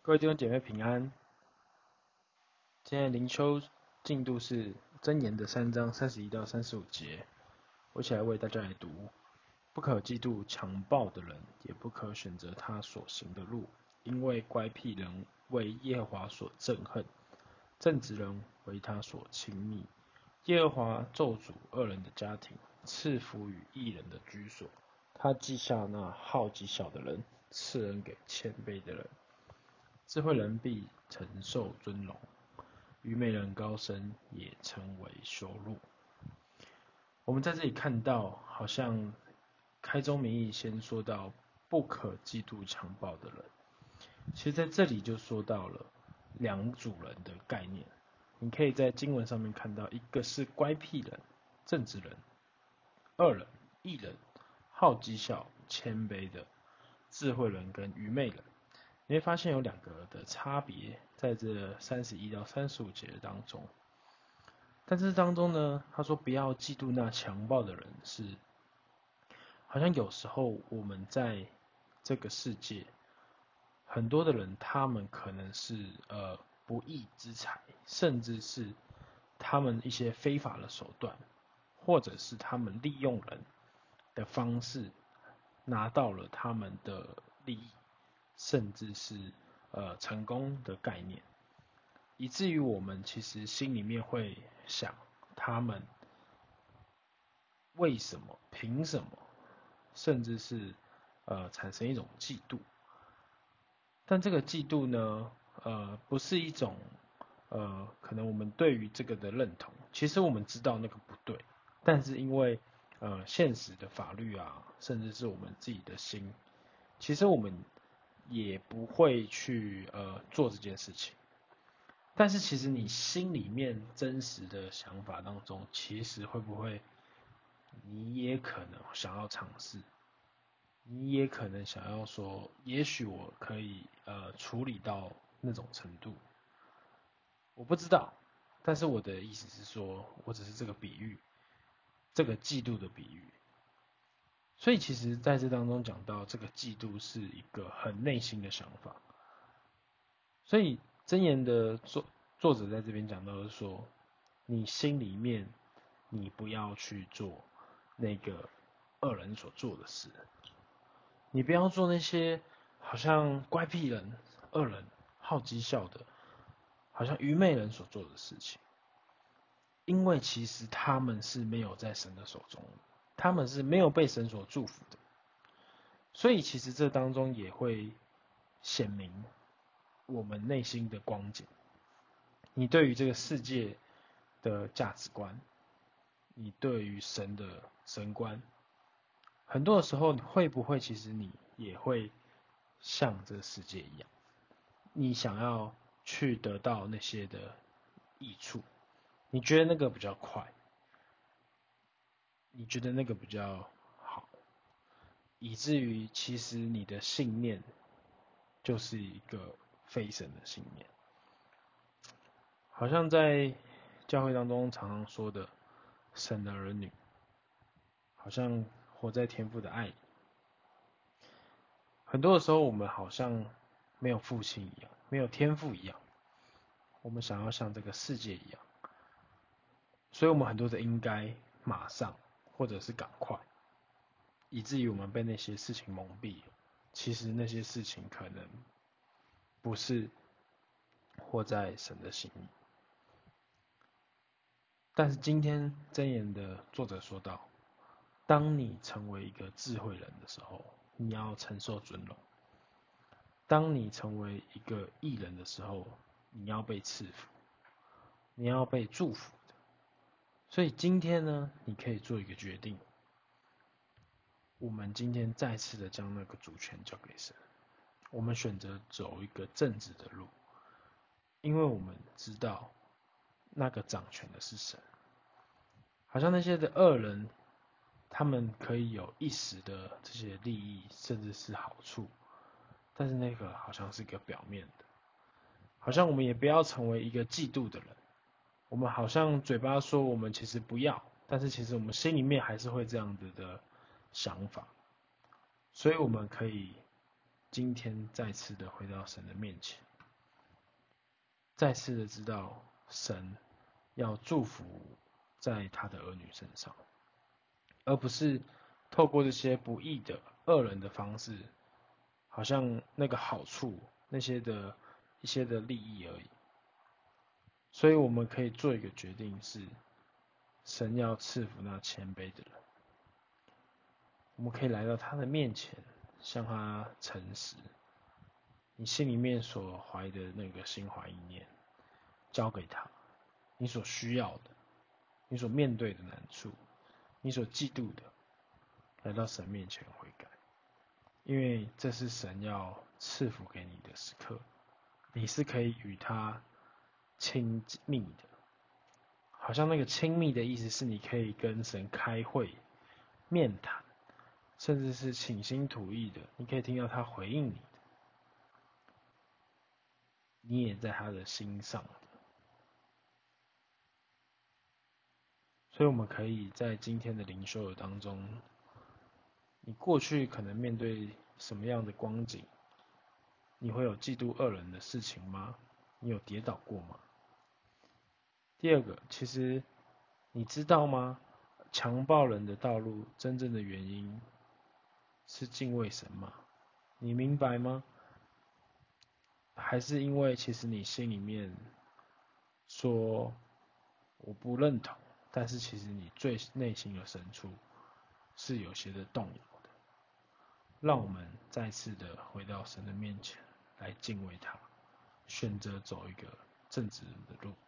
各位弟兄姐妹平安。今天的灵修进度是箴言的3章31到35节，我一起来为大家来读。不可嫉妒强暴的人，也不可选择他所行的路，因为乖僻人为耶和华所憎恨，正直人为他所亲密。耶和华咒诅恶人的家庭，赐福与义人的居所。他记下那好极小的人，赐恩给谦卑的人。智慧人必承受尊荣，愚昧人高升也成为羞辱。我们在这里看到，好像开宗明义先说到不可嫉妒强暴的人。其实在这里就说到了两组人的概念。你可以在经文上面看到，一个是乖僻人、正直人；二人、义人，好讥笑、谦卑的智慧人跟愚昧人。你会发现有两个的差别，在这31到35节当中。但是当中呢，他说不要嫉妒那强暴的人，是好像有时候我们在这个世界，很多的人他们可能是不义之财，甚至是他们一些非法的手段，或者是他们利用人的方式拿到了他们的利益，甚至是成功的概念，以至于我们其实心里面会想，他们为什么、凭什么，甚至是产生一种嫉妒。但这个嫉妒呢，不是一种可能我们对于这个的认同，其实我们知道那个不对，但是因为现实的法律啊，甚至是我们自己的心，其实我们也不会去做这件事情。但是其实你心里面真实的想法当中，其实会不会你也可能想要尝试，你也可能想要说，也许我可以处理到那种程度，我不知道。但是我的意思是说，我只是这个比喻，这个嫉妒的比喻。所以其实在这当中讲到，这个嫉妒是一个很内心的想法。所以箴言的作者在这边讲到的是说，你心里面你不要去做那个恶人所做的事，你不要做那些好像乖僻人、恶人、好讥笑的，好像愚昧人所做的事情，因为其实他们是没有在神的手中，他们是没有被神所祝福的。所以其实这当中也会显明我们内心的光景，你对于这个世界的价值观，你对于神的神观，很多的时候会不会其实你也会像这个世界一样，你想要去得到那些的益处，你觉得那个比较快，你觉得那个比较好，以至于其实你的信念就是一个非神的信念。好像在教会当中常常说的神的儿女，好像活在天父的爱里。很多的时候我们好像没有父亲一样，没有天父一样，我们想要像这个世界一样，所以我们很多的应该马上或者是赶快，以至于我们被那些事情蒙蔽了。其实那些事情可能不是活在神的心意。但是今天箴言的作者说到，当你成为一个智慧人的时候，你要承受尊荣；当你成为一个义人的时候，你要被赐福，你要被祝福的。所以今天呢，你可以做一个决定，我们今天再次的将那个主权交给神，我们选择走一个正直的路，因为我们知道那个掌权的是神。好像那些的恶人，他们可以有一时的这些利益，甚至是好处，但是那个好像是一个表面的。好像我们也不要成为一个嫉妒的人，我们好像嘴巴说我们其实不要，但是其实我们心里面还是会这样子的想法。所以我们可以今天再次的回到神的面前， 再次的知道神要祝福在他的儿女身上，而不是透过这些不义的恶人的方式，好像那个好处那些的一些的利益而已。所以我们可以做一个决定是，神要赐福那谦卑的人。我们可以来到他的面前，向他诚实，你心里面所怀的那个心怀意念，交给他，你所需要的，你所面对的难处，你所嫉妒的，来到神面前悔改，因为这是神要赐福给你的时刻，你是可以与他亲密的，好像那个亲密的意思是你可以跟神开会、面谈，甚至是倾心吐意的，你可以听到他回应你的，你也在他的心上的。所以我们可以在今天的灵修当中，你过去可能面对什么样的光景？你会有嫉妒恶人的事情吗？你有跌倒过吗？第二个，其实你知道吗？强暴人的道路真正的原因是敬畏神吗？你明白吗？还是因为其实你心里面说我不认同，但是其实你最内心的深处是有些的动摇的。让我们再次的回到神的面前来敬畏他，选择走一个正直人的路。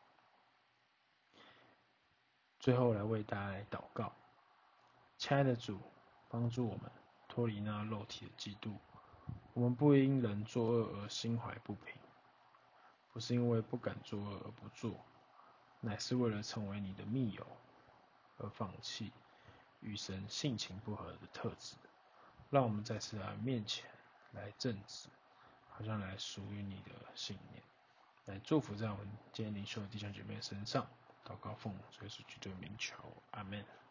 最后来为大家来祷告，亲爱的主，帮助我们脱离那肉体的嫉妒。我们不因人作恶而心怀不平，不是因为不敢作恶而不做，乃是为了成为你的密友而放弃与神性情不合的特质。让我们再次来面前来正直，好像来属于你的信念，来祝福在我们今天灵修的弟兄姐妹身上。祷告奉主耶稣基督的名求，阿门。